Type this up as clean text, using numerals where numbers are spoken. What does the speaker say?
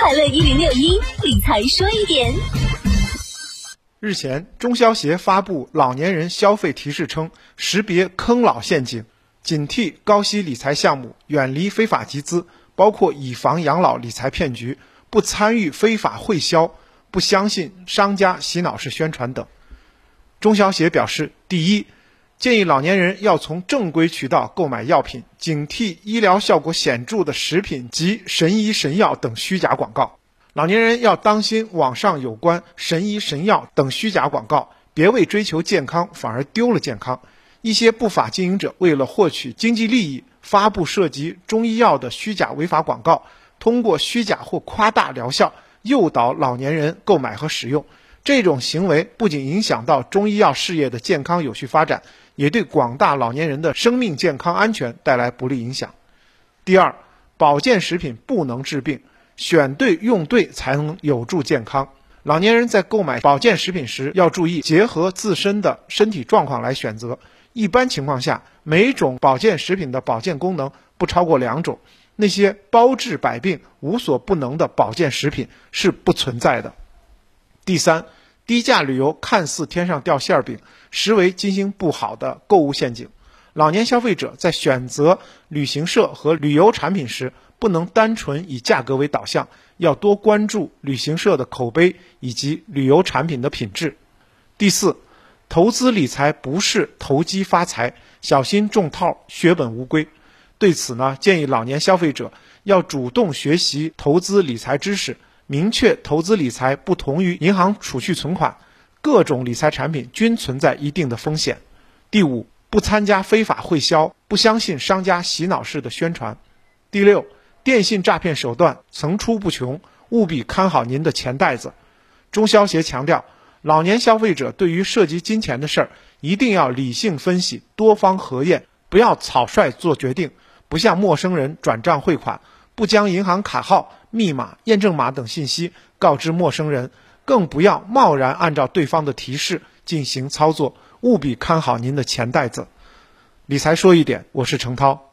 快乐1061理财说一点。 日前，中消协发布老年人消费提示称，识别坑老陷阱，警惕高息理财项目，远离非法集资，包括以房养老理财骗局，不参与非法汇销，不相信商家洗脑式宣传等。中消协表示，第一，建议老年人要从正规渠道购买药品，警惕医疗效果显著的食品及神医神药等虚假广告。老年人要当心网上有关神医神药等虚假广告，别为追求健康反而丢了健康。一些不法经营者为了获取经济利益，发布涉及中医药的虚假违法广告，通过虚假或夸大疗效，诱导老年人购买和使用。这种行为不仅影响到中医药事业的健康有序发展，也对广大老年人的生命健康安全带来不利影响。第二，保健食品不能治病，选对用对才能有助健康。老年人在购买保健食品时，要注意结合自身的身体状况来选择。一般情况下，每种保健食品的保健功能不超过2种，那些包治百病、无所不能的保健食品是不存在的。第三，低价旅游看似天上掉馅饼，实为经营不好的购物陷阱。老年消费者在选择旅行社和旅游产品时，不能单纯以价格为导向，要多关注旅行社的口碑以及旅游产品的品质。第四，投资理财不是投机发财，小心中套，血本无归。对此呢，建议老年消费者要主动学习投资理财知识，明确投资理财不同于银行储蓄存款，各种理财产品均存在一定的风险。第五，不参加非法汇销，不相信商家洗脑式的宣传。第六，电信诈骗手段层出不穷，务必看好您的钱袋子。中消协强调，老年消费者对于涉及金钱的事儿，一定要理性分析，多方核验，不要草率做决定，不向陌生人转账汇款，不将银行卡号、密码、验证码等信息告知陌生人，更不要贸然按照对方的提示进行操作，务必看好您的钱袋子。理财说一点，我是程涛。